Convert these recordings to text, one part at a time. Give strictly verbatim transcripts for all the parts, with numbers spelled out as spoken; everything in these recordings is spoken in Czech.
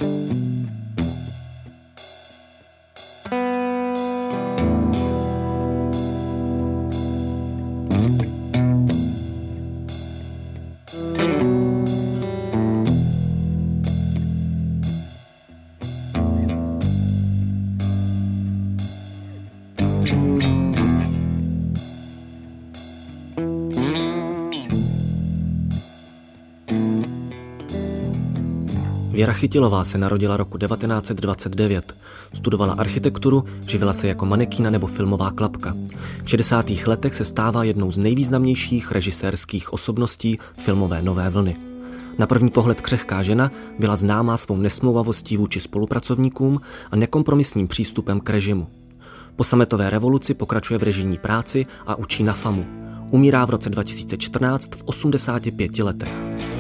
Věra Chytilová se narodila roku devatenáct set dvacet devět. Studovala architekturu, živila se jako manekína nebo filmová klapka. V šedesátých letech se stává jednou z nejvýznamnějších režisérských osobností filmové nové vlny. Na první pohled křehká žena byla známá svou nesmlouvavostí vůči spolupracovníkům a nekompromisním přístupem k režimu. Po sametové revoluci pokračuje v režijní práci a učí na FAMu. Umírá v roce dva tisíce čtrnáct v osmdesáti pěti letech.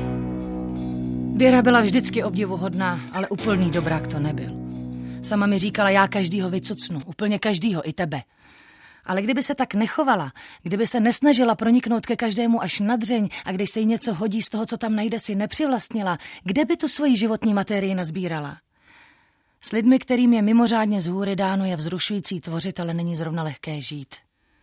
Věra byla vždycky obdivuhodná, ale úplný dobrák to nebyl. Sama mi říkala, já každýho vycucnu, úplně každýho, i tebe. Ale kdyby se tak nechovala, kdyby se nesnažila proniknout ke každému až na dřeň a když se jí něco hodí z toho, co tam najde, si nepřivlastnila, kde by tu svoji životní materii nazbírala? S lidmi, kterým je mimořádně z hůry dáno, je vzrušující tvořit, ale není zrovna lehké žít.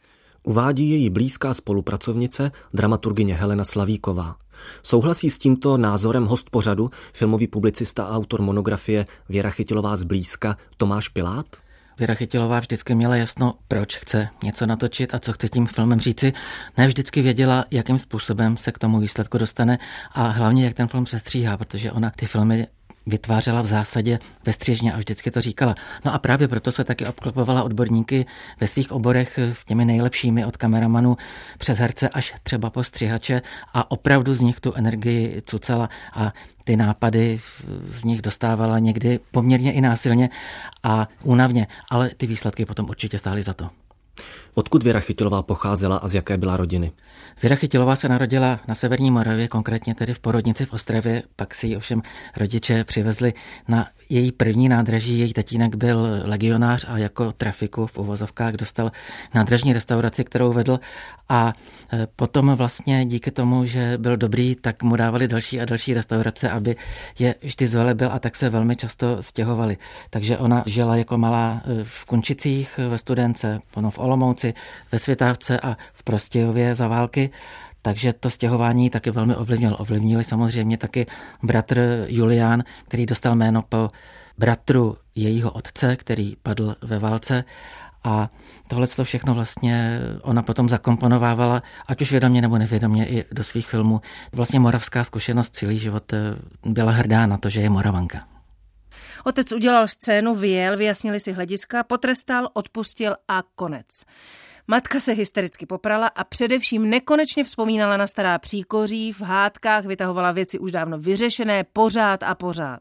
Uvádí její blízká spolupracovnice, dramaturgyně Helena Slavíková. Souhlasí s tímto názorem host pořadu, filmový publicista a autor monografie Věra Chytilová zblízka Tomáš Pilát? Věra Chytilová vždycky měla jasno, proč chce něco natočit a co chce tím filmem říci. Ne vždycky věděla, jakým způsobem se k tomu výsledku dostane a hlavně, jak ten film se stříhá, protože ona ty filmy vytvářela v zásadě bezstřižně a vždycky to říkala. No a právě proto se taky obklopovala odborníky ve svých oborech těmi nejlepšími od kameramanů přes herce až třeba po střihače a opravdu z nich tu energii cucala a ty nápady z nich dostávala někdy poměrně i násilně a únavně, ale ty výsledky potom určitě stály za to. Odkud Věra Chytilová pocházela a z jaké byla rodiny? Věra Chytilová se narodila na severní Moravě, konkrétně tedy v Porodnici v Ostravě, pak si ji ovšem rodiče přivezli na její první nádraží. Její tatínek byl legionář a jako trafiku v uvozovkách dostal nádražní restauraci, kterou vedl a potom vlastně díky tomu, že byl dobrý, tak mu dávali další a další restaurace, aby je vždy zvelebil a tak se velmi často stěhovali. Takže ona žila jako malá v Kunčicích ve Studence, potom v Olomouci, ve Světávce a v Prostějově za války. Takže to stěhování taky velmi ovlivnil. Ovlivnili samozřejmě taky bratr Julián, který dostal jméno po bratru jejího otce, který padl ve válce. A tohle to všechno vlastně ona potom zakomponovávala, ať už vědomě nebo nevědomě, i do svých filmů. Vlastně moravská zkušenost celý život byla hrdá na to, že je Moravanka. Otec udělal scénu, vyjel, vyjasnili si hlediska, potrestal, odpustil a konec. Matka se hystericky poprala a především nekonečně vzpomínala na stará příkoří, v hádkách vytahovala věci už dávno vyřešené, pořád a pořád.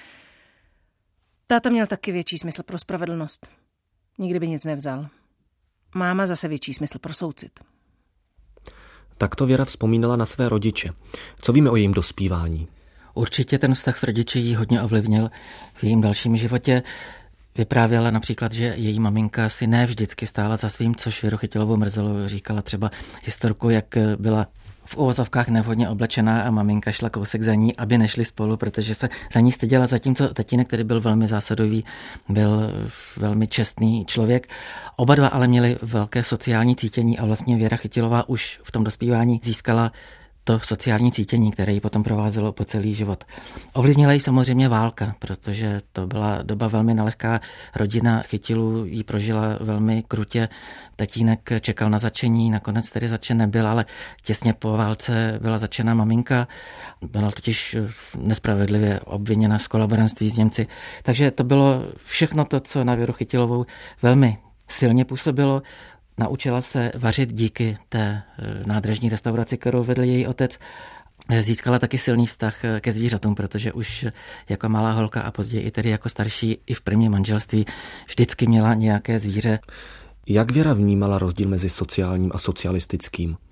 Táta měl taky větší smysl pro spravedlnost. Nikdy by nic nevzal. Máma zase větší smysl pro soucit. Takto Věra vzpomínala na své rodiče. Co víme o jejím dospívání? Určitě ten vztah s rodiči ji hodně ovlivnil v jejím dalším životě. Vyprávěla například, že její maminka si ne vždycky stála za svým, což Věru Chytilovou mrzelo. Říkala třeba historku, jak byla v uvozovkách nevhodně oblečená a maminka šla kousek za ní, aby nešli spolu, protože se za ní styděla, zatímco tatínek, který byl velmi zásadový, byl velmi čestný člověk. Oba dva ale měli velké sociální cítění a vlastně Věra Chytilová už v tom dospívání získala to sociální cítění, které ji potom provázelo po celý život. Ovlivnila ji samozřejmě válka, protože to byla doba velmi nelehká. Rodina Chytilů ji prožila velmi krutě. Tatínek čekal na zatčení, nakonec tedy zatčen nebyl, ale těsně po válce byla zatčena maminka. Byla totiž nespravedlivě obviněna z kolaborantství s Němci. Takže to bylo všechno to, co na Věru Chytilovou velmi silně působilo. Naučila se vařit díky té nádražní restauraci, kterou vedl její otec. Získala taky silný vztah ke zvířatům, protože už jako malá holka a později i tedy jako starší i v prvním manželství vždycky měla nějaké zvíře. Jak Věra vnímala rozdíl mezi sociálním a socialistickým?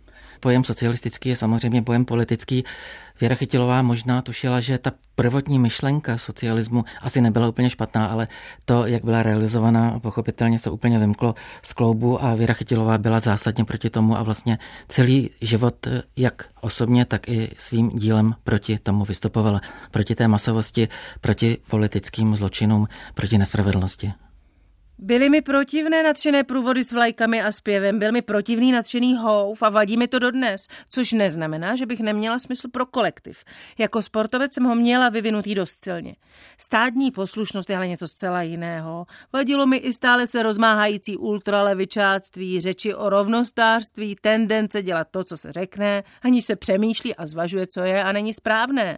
pojem socialistický je samozřejmě pojem politický. Věra Chytilová možná tušila, že ta prvotní myšlenka socialismu asi nebyla úplně špatná, ale to, jak byla realizovaná, pochopitelně se úplně vymklo z kloubu a Věra Chytilová byla zásadně proti tomu a vlastně celý život, jak osobně, tak i svým dílem proti tomu vystupovala. Proti té masovosti, proti politickým zločinům, proti nespravedlnosti. Byly mi protivné nadšené průvody s vlajkami a zpěvem, byl mi protivný nadšený houf a vadí mi to dodnes, což neznamená, že bych neměla smysl pro kolektiv. Jako sportovec jsem ho měla vyvinutý dost silně. Státní poslušnost je ale něco zcela jiného. Vadilo mi i stále se rozmáhající ultralevičáctví, řeči o rovnostářství, tendence dělat to, co se řekne, aniž se přemýšlí a zvažuje, co je a není správné.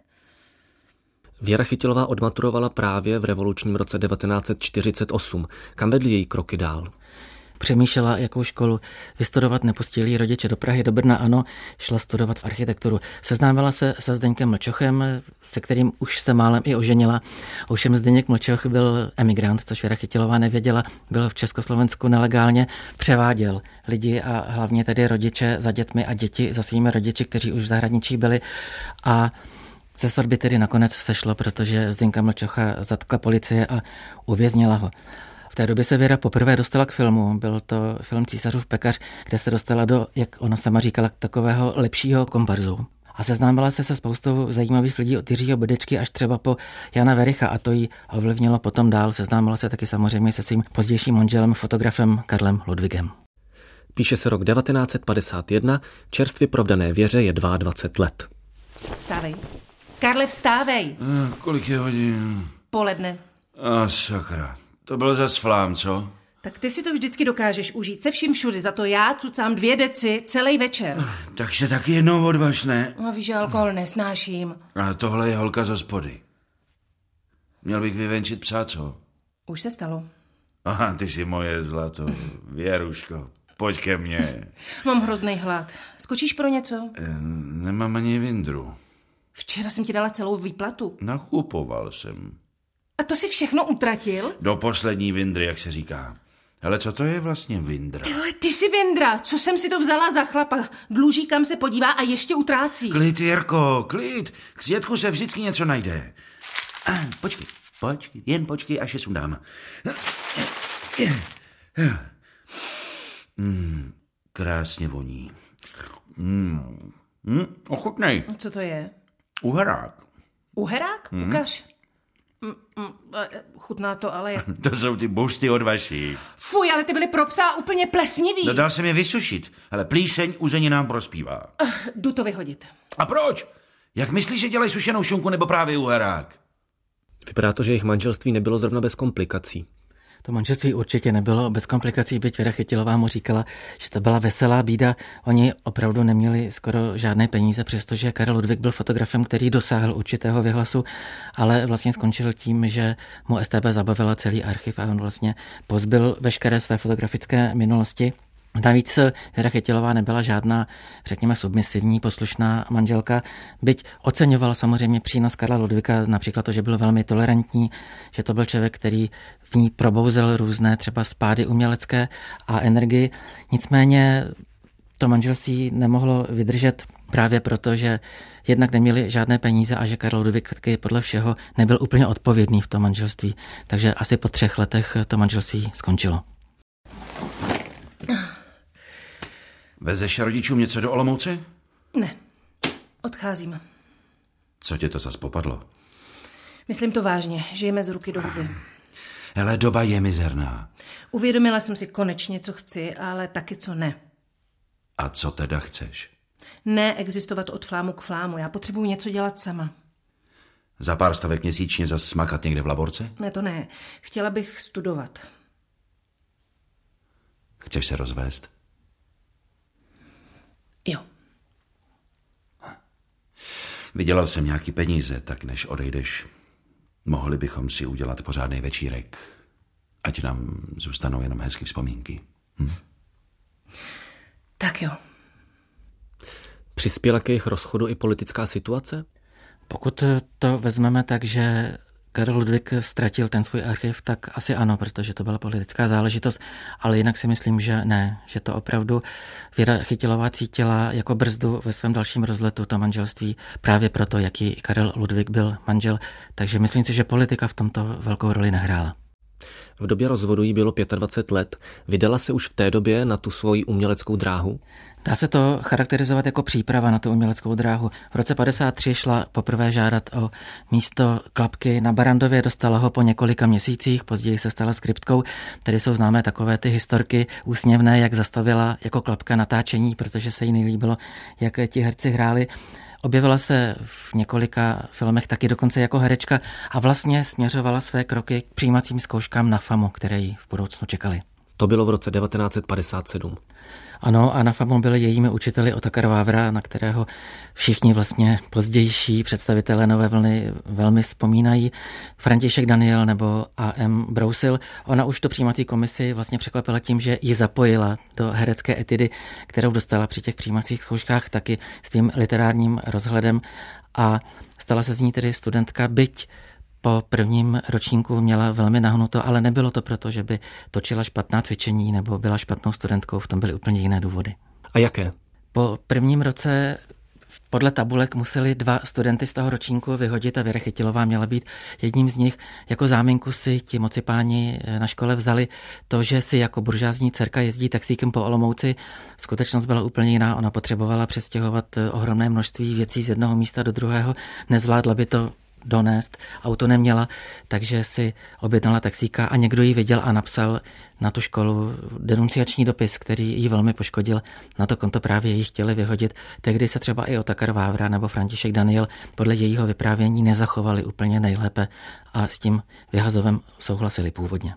Věra Chytilová odmaturovala právě v revolučním roce devatenáct set čtyřicet osm. Kam vedly její kroky dál? Přemýšlela, jakou školu vystudovat, nepustili jí rodiče do Prahy, do Brna, ano, šla studovat architekturu. Seznámila se se Zdeňkem Mlčochem, se kterým už se málem i oženila. Ovšem Zdeněk Mlčoch byl emigrant, což Věra Chytilová nevěděla, byl v Československu nelegálně, převáděl lidi a hlavně tedy rodiče za dětmi a děti za svými rodiči, kteří už v zahraničí byli, a ze svatby tedy nakonec sešlo, protože Zdeňka Mlčocha zatkla policie a uvěznila ho. V té době se Věra poprvé dostala k filmu. Byl to film Císařův pekař, kde se dostala do, jak ona sama říkala, takového lepšího komparzu. A seznámila se se spoustou zajímavých lidí od Jiřího Bedečky až třeba po Jana Vericha a to jí ovlivnilo potom dál. Seznámila se taky samozřejmě se svým pozdějším manželem, fotografem Karlem Ludwigem. Píše se rok devatenáct set padesát jedna, čerstvě provdané Věře je dvacet dva let. Vstávej. Karle, vstávej. A kolik je hodin? Poledne. A sakra, to byl zas flám, co? Tak ty si to vždycky dokážeš užít se vším všudy, za to já cucám dvě deci celý večer. Tak se taky jednou odvaž, ne? No víš, že alkohol nesnáším. A tohle je holka z hospody. Měl bych vyvenčit psa, co? Už se stalo. Aha, ty jsi moje zlato, Věruško. Pojď ke mně. Mám hrozný hlad. Skočíš pro něco? E, nemám ani vindru. Včera jsem ti dala celou výplatu. Nakupoval jsem. A to si všechno utratil? Do poslední vindry, jak se říká. Ale co to je vlastně vindra? Tyhle, ty jsi vindra. Co jsem si to vzala za chlapa? Dluží, kam se podívá a ještě utrácí. Klid, Jirko, klid. K světku se vždycky něco najde. Ah, počkej, počkej, jen počkej, až je sundám. Mm, krásně voní. Mm, mm, ochutnej. Co to je? Uherák. Uherák? Hmm. Ukaž. Mm, mm, chutná to, ale... Je... To jsou ty bušty od vaší. Fuj, ale ty byly pro psa úplně plesnivý. No dal jsem je vysušit, ale plíseň uzeninám prospívá. Uh, jdu to vyhodit. A proč? Jak myslíš, že dělají sušenou šunku nebo právě uherák? Vypadá to, že jejich manželství nebylo zrovna bez komplikací. To manželství určitě nebylo bez komplikací, byť Věra Chytilová mu říkala, že to byla veselá bída. Oni opravdu neměli skoro žádné peníze, přestože Karel Ludwig byl fotografem, který dosáhl určitého vyhlasu, ale vlastně skončil tím, že mu S T B zabavila celý archiv a on vlastně pozbyl veškeré své fotografické minulosti. Navíc Věra Chytilová nebyla žádná, řekněme, submisivní, poslušná manželka, byť oceňovala samozřejmě přínos Karla Ludwiga, například to, že byl velmi tolerantní, že to byl člověk, který v ní probouzel různé třeba spády umělecké a energii. Nicméně to manželství nemohlo vydržet právě proto, že jednak neměli žádné peníze a že Karel Ludwig taky podle všeho nebyl úplně odpovědný v tom manželství. Takže asi po třech letech to manželství skončilo. Vezeš rodičům něco do Olomouce? Ne, odcházím. Co tě to zas popadlo? Myslím to vážně, žijeme z ruky do huby. Hele, doba je mizerná. Uvědomila jsem si konečně, co chci, ale taky co ne. A co teda chceš? Ne existovat od flámu k flámu, já potřebuji něco dělat sama. Za pár stovek měsíčně zas smakat někde v laborce? Ne, to ne. Chtěla bych studovat. Chceš se rozvést? Jo. Vydělal jsem nějaký peníze, tak než odejdeš, mohli bychom si udělat pořádný večírek, ať nám zůstanou jenom hezky vzpomínky. Hm? Tak jo. Přispěla k jejich rozchodu i politická situace? Pokud to vezmeme tak, že Karel Ludwig ztratil ten svůj archiv, tak asi ano, protože to byla politická záležitost, ale jinak si myslím, že ne, že to opravdu Věra Chytilová cítila jako brzdu ve svém dalším rozletu to manželství, právě proto, jaký Karel Ludwig byl manžel, takže myslím si, že politika v tomto velkou roli nehrála. V době rozvodu jí bylo dvacet pět let. Vydala se už v té době na tu svoji uměleckou dráhu? Dá se to charakterizovat jako příprava na tu uměleckou dráhu. V roce padesát tři šla poprvé žádat o místo Klapky na Barrandově, dostala ho po několika měsících, později se stala skriptkou. Tady jsou známé takové ty historky úsměvné, jak zastavila jako Klapka natáčení, protože se jí nelíbilo, jak ti herci hráli. Objevila se v několika filmech taky dokonce jako herečka a vlastně směřovala své kroky k přijímacím zkouškám na FAMu, které ji v budoucnu čekaly. To bylo v roce devatenáct set padesát sedm. Ano, a na FAMu byli jejími učiteli Otakar Vávra, na kterého všichni vlastně pozdější představitelé Nové vlny velmi vzpomínají. František Daniel nebo A M Brousil. Ona už to přijímací komisi vlastně překvapila tím, že ji zapojila do herecké etidy, kterou dostala při těch přijímacích zkouškách taky svým literárním rozhledem a stala se z ní tedy studentka, byť po prvním ročníku měla velmi nahnuto, ale nebylo to proto, že by točila špatná cvičení nebo byla špatnou studentkou, v tom byly úplně jiné důvody. A jaké? Po prvním roce podle tabulek museli dva studenty z toho ročníku vyhodit a Věra Chytilová měla být jedním z nich. Jako záminku si ti mocipáni na škole vzali to, že si jako buržázní dcerka jezdí taxíkem po Olomouci. Skutečnost byla úplně jiná, ona potřebovala přestěhovat ohromné množství věcí z jednoho místa do druhého, nezvládla by to donést, auto neměla, takže si objednala taxíka a někdo ji viděl a napsal na tu školu denunciační dopis, který ji velmi poškodil. Na to konto právě ji chtěli vyhodit. Tehdy se třeba i Otakar Vávra nebo František Daniel podle jejího vyprávění nezachovali úplně nejlépe a s tím vyhazovem souhlasili původně.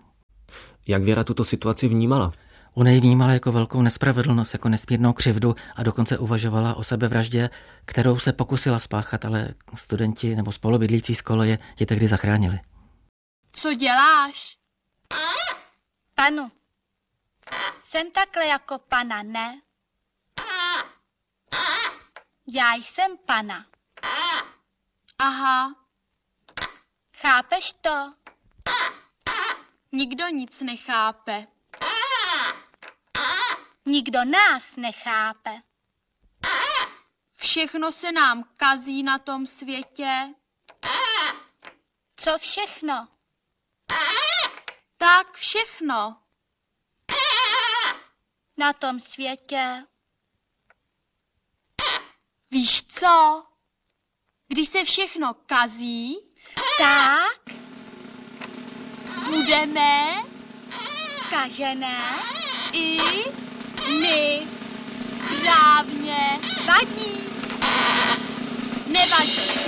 Jak Věra tuto situaci vnímala? Ona ji vnímala jako velkou nespravedlnost, jako nesmírnou křivdu a dokonce uvažovala o sebevraždě, kterou se pokusila spáchat, ale studenti nebo spolubydlící z koleje ji tehdy zachránili. Co děláš? Panu. Jsem takhle jako pana, ne? Já jsem pana. Aha. Chápeš to? Nikdo nic nechápe. Nikdo nás nechápe. Všechno se nám kazí na tom světě. Co všechno? Tak všechno. Na tom světě. Víš co? Když se všechno kazí, tak budeme kažené i my. Správně. Vadí. Nevadí.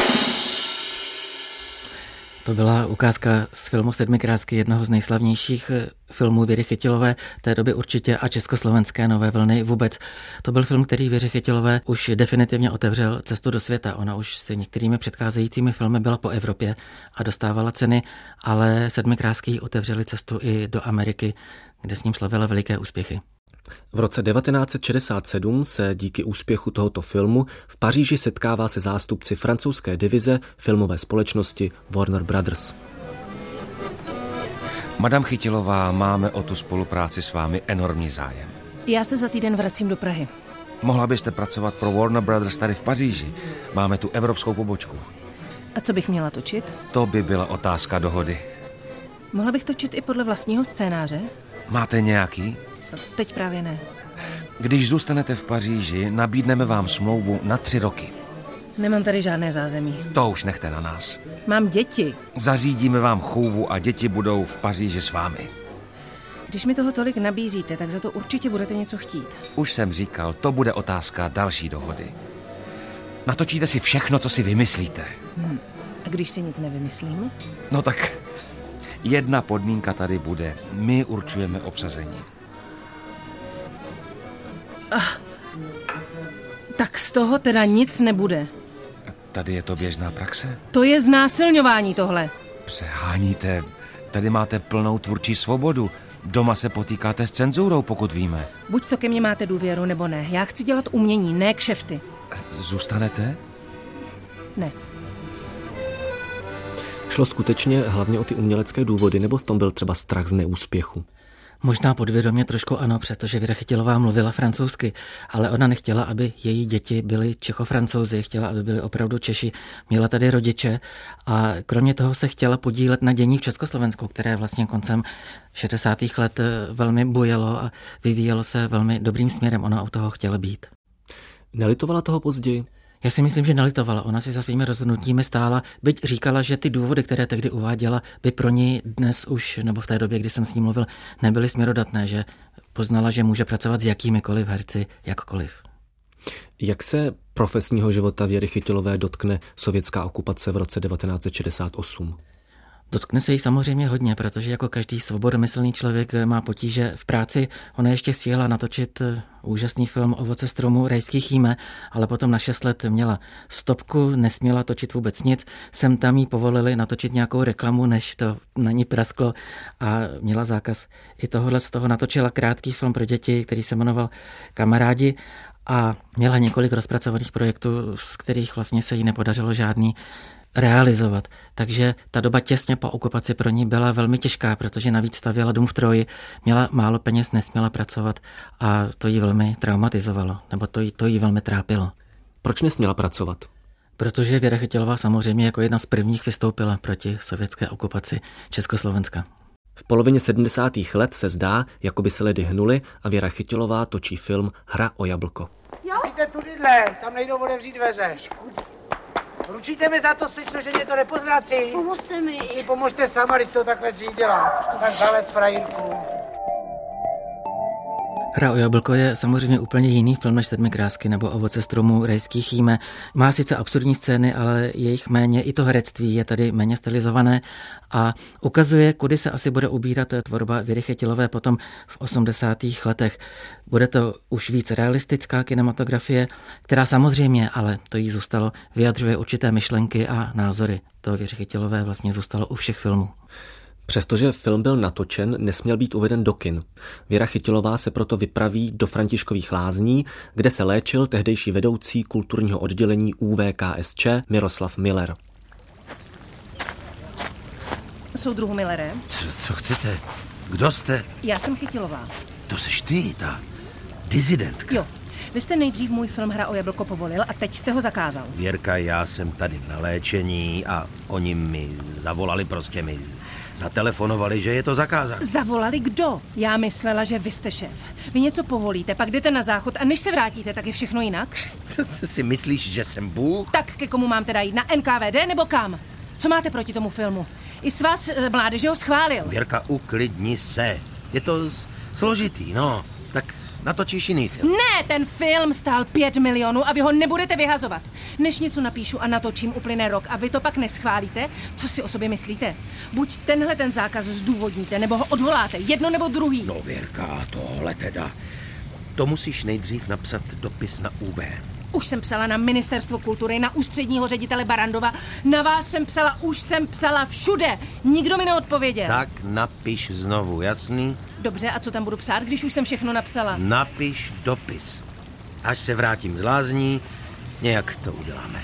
To byla ukázka z filmu Sedmikrásky, jednoho z nejslavnějších filmů Věry Chytilové té doby určitě a československé Nové vlny vůbec. To byl film, který Věře Chytilové už definitivně otevřel cestu do světa. Ona už se některými předcházejícími filmy byla po Evropě a dostávala ceny, ale Sedmikrásky jí otevřely cestu i do Ameriky, kde s ním slavila veliké úspěchy. V roce devatenáct set šedesát sedm se díky úspěchu tohoto filmu v Paříži setkává se zástupci francouzské divize filmové společnosti Warner Brothers. Madam Chytilová, máme o tu spolupráci s vámi enormní zájem. Já se za týden vracím do Prahy. Mohla byste pracovat pro Warner Brothers tady v Paříži. Máme tu evropskou pobočku. A co bych měla točit? To by byla otázka dohody. Mohla bych točit i podle vlastního scénáře? Máte nějaký? Teď právě ne. Když zůstanete v Paříži, nabídneme vám smlouvu na tři roky. Nemám tady žádné zázemí. To už nechte na nás. Mám děti. Zařídíme vám chůvu a děti budou v Paříži s vámi. Když mi toho tolik nabízíte, tak za to určitě budete něco chtít. Už jsem říkal, to bude otázka další dohody. Natočíte si všechno, co si vymyslíte. Hmm. A když si nic nevymyslím? No tak jedna podmínka tady bude. My určujeme obsazení. Ah, tak z toho teda nic nebude. Tady je to běžná praxe? To je znásilňování tohle. Přeháníte. Tady máte plnou tvůrčí svobodu. Doma se potýkáte s cenzurou, pokud víme. Buď to ke mně máte důvěru, nebo ne. Já chci dělat umění, ne kšefty. Zůstanete? Ne. Šlo skutečně hlavně o ty umělecké důvody, nebo v tom byl třeba strach z neúspěchu? Možná podvědomě trošku ano, přestože Věra Chytilová mluvila francouzsky, ale ona nechtěla, aby její děti byly Čechofrancouzi, chtěla, aby byly opravdu Češi, měla tady rodiče a kromě toho se chtěla podílet na dění v Československu, které vlastně koncem šedesátých let velmi bujelo a vyvíjelo se velmi dobrým směrem, ona u toho chtěla být. Nelitovala toho později? Já si myslím, že nelitovala. Ona si za svými rozhodnutími stála, byť říkala, že ty důvody, které tehdy uváděla, by pro ní dnes už, nebo v té době, kdy jsem s ní mluvil, nebyly směrodatné, že poznala, že může pracovat s jakýmikoliv herci, jakkoliv. Jak se profesního života Věry Chytilové dotkne sovětská okupace v roce devatenáct set šedesát osm? Dotkne se jí samozřejmě hodně, protože jako každý svobodomyslný člověk má potíže v práci. Ona ještě stihla natočit úžasný film Ovoce stromu rajských jíme, ale potom na šest let měla stopku, nesměla točit vůbec nic. Sem tam jí povolili natočit nějakou reklamu, než to na ní prasklo a měla zákaz. I tohohle z toho natočila krátký film pro děti, který se jmenoval Kamarádi a měla několik rozpracovaných projektů, z kterých vlastně se jí nepodařilo žádný realizovat. Takže ta doba těsně po okupaci pro ní byla velmi těžká, protože navíc stavěla dům v Troji, měla málo peněz, nesměla pracovat a to jí velmi traumatizovalo, nebo to jí, to jí velmi trápilo. Proč nesměla pracovat? Protože Věra Chytilová samozřejmě jako jedna z prvních vystoupila proti sovětské okupaci Československa. V polovině sedmdesátých let se zdá, jako by se ledy hnuly a Věra Chytilová točí film Hra o jablko. Jděte tudydle, tam nejdou otevřít dveře. Ručíte mi za to, slično, že mě to nepozvrací? Pomozte mi. Si pomožte sama, když to takhle zřídila. Tak zalec frajírku. Hra o jablko je samozřejmě úplně jiný film než Sedmi krásky nebo Ovoce stromu rajských jíme. Má sice absurdní scény, ale jejich méně, i to herectví je tady méně stylizované a ukazuje, kudy se asi bude ubírat tvorba Věry Chytilové potom v osmdesátých letech. Bude to už víc realistická kinematografie, která samozřejmě, ale to jí zůstalo, vyjadřuje určité myšlenky a názory. To Věře Chytilové vlastně zůstalo u všech filmů. Přestože film byl natočen, nesměl být uveden do kin. Věra Chytilová se proto vypraví do Františkových Lázní, kde se léčil tehdejší vedoucí kulturního oddělení U V K S Č Miroslav Miller. Soudruhu Millere? Co, co chcete? Kdo jste? Já jsem Chytilová. To seš ty, ta dizidentka. Jo. Vy jste nejdřív můj film Hra o jablko povolil a teď jste ho zakázal. Věrka, já jsem tady na léčení a oni mi zavolali, prostě mi zatelefonovali, že je to zakázané. Zavolali kdo? Já myslela, že vy jste šéf. Vy něco povolíte, pak jdete na záchod a než se vrátíte, tak je všechno jinak? Ty si myslíš, že jsem Bůh? Tak ke komu mám teda jít? Na N K V D nebo kam? Co máte proti tomu filmu? I svaz mládeže ho schválil. Věrka, uklidni se. Je to složitý, no. Tak natočíš jiný film. Ne, ten film stál pět milionů a vy ho nebudete vyhazovat. Než něco napíšu a natočím, uplyne rok a vy to pak neschválíte, co si o sobě myslíte? Buď tenhle ten zákaz zdůvodníte, nebo ho odvoláte, jedno nebo druhý. No Věrka, tohle teda. To musíš nejdřív napsat dopis na U V. Už jsem psala na Ministerstvo kultury, na ústředního ředitele Barandova, na vás jsem psala, už jsem psala všude. Nikdo mi neodpověděl. Tak napiš znovu, jasný? Dobře, a co tam budu psát, když už jsem všechno napsala? Napiš dopis. Až se vrátím z Lázní, nějak to uděláme.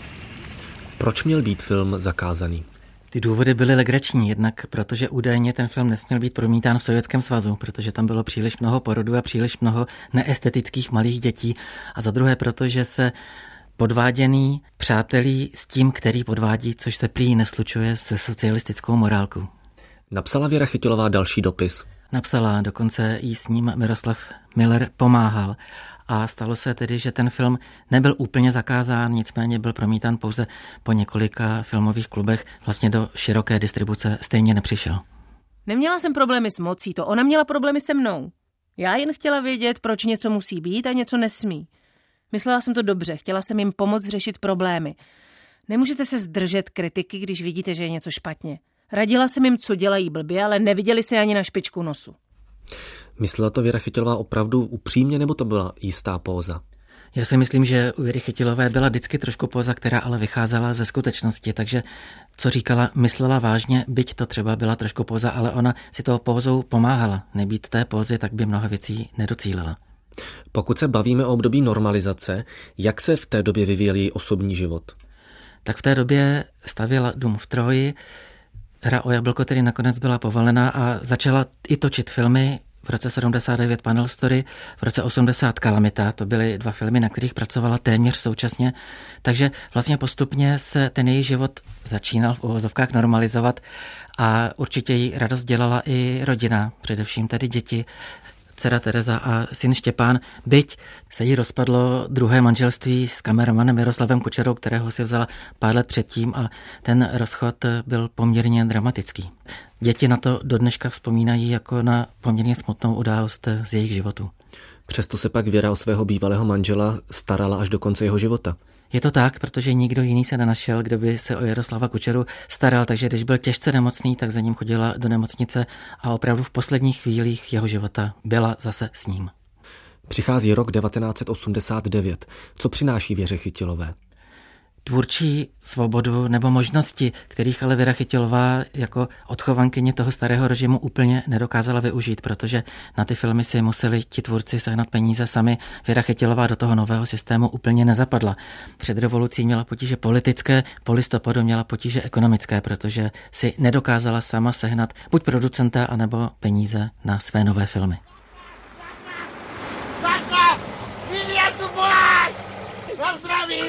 Proč měl být film zakázaný? Ty důvody byly legrační, jednak protože údajně ten film nesměl být promítán v Sovětském svazu, protože tam bylo příliš mnoho porodů a příliš mnoho neestetických malých dětí a za druhé protože se podváděný přátelí s tím, který podvádí, což se prý neslučuje se socialistickou morálkou. Napsala Věra Chytilová další dopis. Napsala, dokonce jí s ním Miroslav Miller pomáhal. A stalo se tedy, že ten film nebyl úplně zakázán, nicméně byl promítán pouze po několika filmových klubech, vlastně do široké distribuce stejně nepřišel. Neměla jsem problémy s mocí, to ona měla problémy se mnou. Já jen chtěla vědět, proč něco musí být a něco nesmí. Myslela jsem to dobře, chtěla jsem jim pomoct řešit problémy. Nemůžete se zdržet kritiky, když vidíte, že je něco špatně. Radila jsem jim, co dělají blbě, ale neviděli se ani na špičku nosu. Myslela to Věra Chytilová opravdu upřímně, nebo to byla jistá póza? Já si myslím, že u Věry Chytilové byla vždycky trošku póza, která ale vycházela ze skutečnosti, takže co říkala, myslela vážně, byť to třeba byla trošku póza, ale ona si toho pózou pomáhala. Nebýt té pózy, tak by mnoho věcí nedocílila. Pokud se bavíme o období normalizace, jak se v té době vyvíjel její osobní život? tak v té době stavěla dům v Troji. Hra o jablko tedy nakonec byla povolená a začala i točit filmy. V roce sedmdesát devět Panel Story, v roce osmdesát Kalamita, to byly dva filmy, na kterých pracovala téměř současně. Takže vlastně postupně se ten její život začínal v uvozovkách normalizovat a určitě jí radost dělala i rodina, především tedy děti, dcera Tereza a syn Štěpán, byť se jí rozpadlo druhé manželství s kameramanem Jaroslavem Kučerou, kterého si vzala pár let předtím a ten rozchod byl poměrně dramatický. Děti na to do dneška vzpomínají jako na poměrně smutnou událost z jejich životů. Přesto se pak Věra o svého bývalého manžela starala až do konce jeho života. Je to tak, protože nikdo jiný se nenašel, kdo by se o Jaroslava Kučeru staral, takže když byl těžce nemocný, tak za ním chodila do nemocnice a opravdu v posledních chvílích jeho života byla zase s ním. Přichází rok devatenáct set osmdesát devět. Co přináší Věře Chytilové? Tvůrčí svobodu nebo možnosti, kterých ale Věra Chytilová jako odchovankyně toho starého režimu úplně nedokázala využít, protože na ty filmy si museli ti tvůrci sehnat peníze sami. Věra Chytilová do toho nového systému úplně nezapadla. Před revolucí měla potíže politické, po listopadu měla potíže ekonomické, protože si nedokázala sama sehnat buď producenta, anebo peníze na své nové filmy. Na zdraví!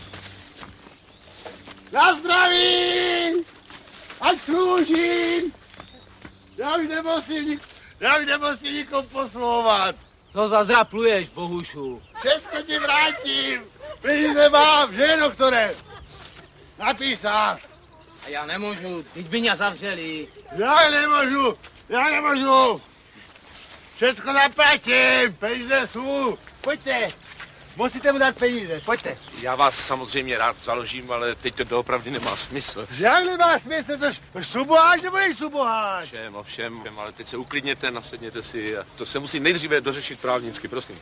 Na zdraví! Ať sloužím! Já už nemusím, já už nemusím nikomu poslouvat. Co za zrapluješ, Bohušu? Všechno ti vrátím! Peníze mám, že, doktore? Napísal. A já nemůžu, teď by mě zavřeli. Já nemůžu, já nemůžu. Všechno zaplatím, peníze jsou. Pojďte. Musíte mu dát peníze, pojďte. Já vás samozřejmě rád založím, ale teď to doopravdy nemá smysl. Jak nemá smysl, tož suboháš nebo nejsi suboháš? Všem, ovšem, ale teď se uklidněte, nasedněte si a to se musí nejdříve dořešit právnicky, prosím.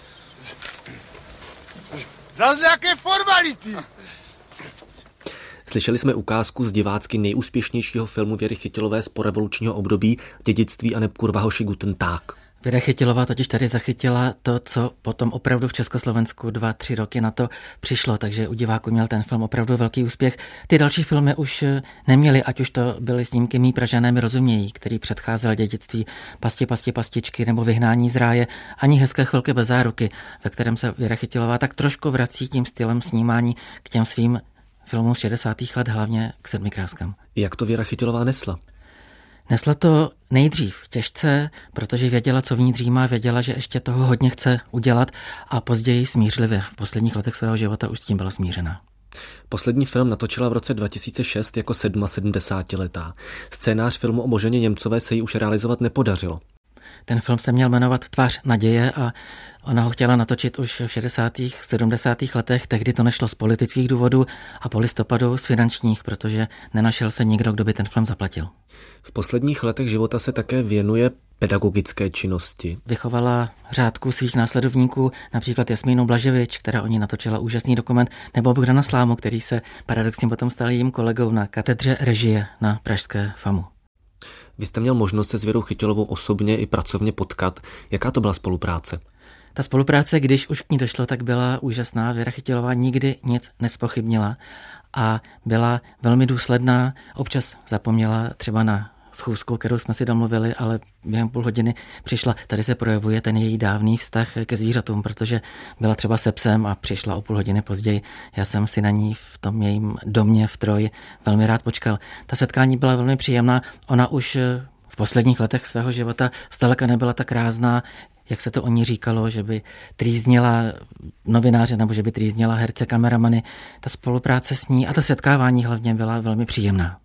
Zas nějaké formality. Slyšeli jsme ukázku z divácky nejúspěšnějšího filmu Věry Chytilové z porevolučního období Dědictví a neb kurva hoši Guten Tag. Věra Chytilová totiž tady zachytila to, co potom opravdu v Československu dva, tři roky na to přišlo, takže u diváků měl ten film opravdu velký úspěch. Ty další filmy už neměly, ať už to byly snímky Mí Pražané mi rozumějí, který předcházel Dědictví, Pasti, pasti, pastičky nebo Vyhnání z ráje, ani Hezké chvilky bez záruky, ve kterém se Věra Chytilová tak trošku vrací tím stylem snímání k těm svým filmům z šedesátých let, hlavně k Sedmikráskám. Jak to Věra Chytilová nesla? Nesla to nejdřív těžce, protože věděla, co v ní dřímá, věděla, že ještě toho hodně chce udělat a později smířlivě. V posledních letech svého života už s tím byla smířená. Poslední film natočila v roce dva tisíce šest jako sedmasedmdesátiletá. Scénář filmu o Boženě Němcové se jí už realizovat nepodařilo. Ten film se měl jmenovat Tvář naděje a ona ho chtěla natočit už v šedesátých, sedmdesátých letech, tehdy to nešlo z politických důvodů a po listopadu z finančních, protože nenašel se nikdo, kdo by ten film zaplatil. V posledních letech života se také věnuje pedagogické činnosti. Vychovala řádku svých následovníků, například Jasmínu Blaževič, která o ní natočila úžasný dokument, nebo Bohdana Slámu, který se paradoxně potom stal jím kolegou na katedře režie na pražské FAMu. Vy jste měl možnost se s Věrou Chytilovou osobně i pracovně potkat. Jaká to byla spolupráce? Ta spolupráce, když už k ní došlo, tak byla úžasná. Věra Chytilová nikdy nic nespochybnila a byla velmi důsledná. Občas zapomněla třeba na schůzku, kterou jsme si domluvili, ale během půl hodiny přišla. Tady se projevuje ten její dávný vztah ke zvířatům, protože byla třeba se psem a přišla o půl hodiny později. Já jsem si na ní v tom jejím domě v Troji velmi rád počkal. Ta setkání byla velmi příjemná. Ona už v posledních letech svého života zdaleka nebyla tak rázná, jak se to o ní říkalo, že by trýznila novináře nebo že by trýznila herce, kameramany. Ta spolupráce s ní a to setkávání hlavně byla velmi příjemná.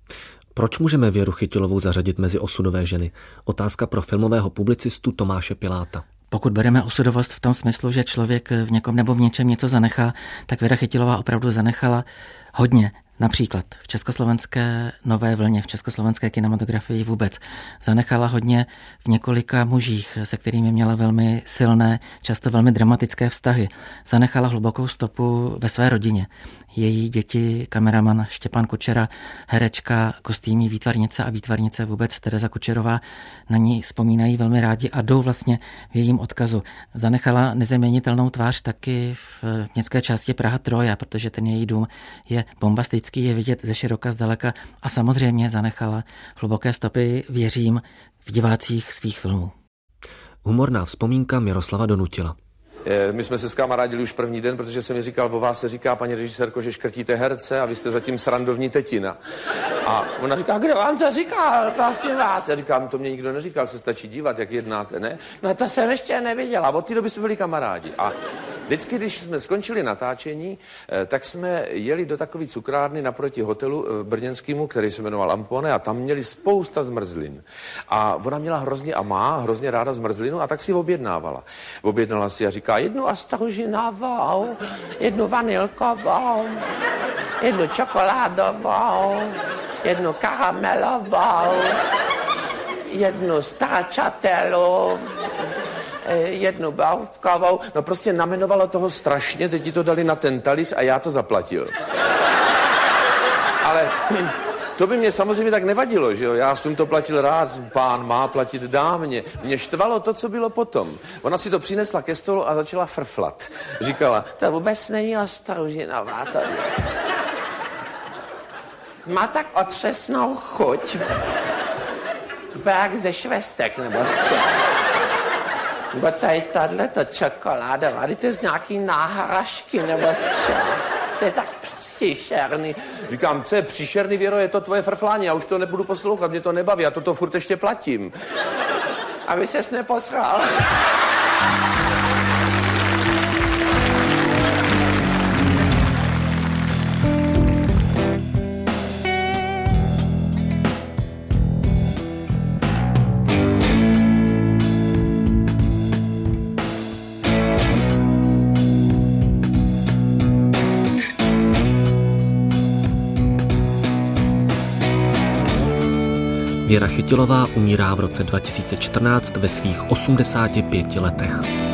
Proč můžeme Věru Chytilovou zařadit mezi osudové ženy? Otázka pro filmového publicistu Tomáše Piláta. Pokud bereme osudovost v tom smyslu, že člověk v někom nebo v něčem něco zanechá, tak Věra Chytilová opravdu zanechala hodně. Například v československé nové vlně, v československé kinematografii vůbec zanechala hodně v několika mužích, se kterými měla velmi silné, často velmi dramatické vztahy. Zanechala hlubokou stopu ve své rodině. Její děti, kameraman Štěpán Kučera, herečka, kostýmí výtvarnice a výtvarnice vůbec Tereza Kučerová na ní vzpomínají velmi rádi a jdou vlastně v jejím odkazu. Zanechala nezaměnitelnou tvář taky v městské části Praha Troja, protože ten její dům je bombastický, je vidět ze široka, zdaleka a samozřejmě zanechala hluboké stopy, věřím, v divácích svých filmů. Humorná vzpomínka Miroslava Donutila. My jsme se skamarádili už první den, protože jsem mi říkal, o vás se říká, paní režisérko, že škrtíte herce a vy jste zatím srandovní tetina. A ona říká, kdo vám to říkal, vlastně vás. Já říkám, to mě nikdo neříkal, se stačí dívat, jak jednáte, ne? No to jsem ještě neviděla, od té doby jsme byli kamarádi. A vždycky, když jsme skončili natáčení, tak jsme jeli do takové cukrárny naproti hotelu brněnskému, který se jmenoval Ampone, a tam měli spousta zmrzlin. A ona měla hrozně a má hrozně ráda zmrzlinu a tak si objednávala. Objednala si a říká, jednu astružinovou, jednu vanilkovou, jednu čokoládovou, jednu karamelovou, jednu stracciatelu, jednu bavkovou. No prostě namenovala toho strašně, teď ti to dali na ten talíř a já to zaplatil. Ale to by mě samozřejmě tak nevadilo, že jo? Já jsem to platil rád, pán má platit dámě. Mě štvalo to, co bylo potom. Ona si to přinesla ke stolu a začala frflat. Říkala, to vůbec není ostružinová to. Má tak otřesnou chuť. Bák ze švestek nebo z čeho. Bo tady tato čokoládová, to je z nějaký náhražky nebo z čeho. To je tak příšerný. Říkám, co je příšerný, Věro, je to tvoje frflání, já už to nebudu poslouchat, mě to nebaví, já toto furt ještě platím. Aby ses neposral. Věra Chytilová umírá v roce dva tisíce čtrnáct ve svých osmdesáti pěti letech.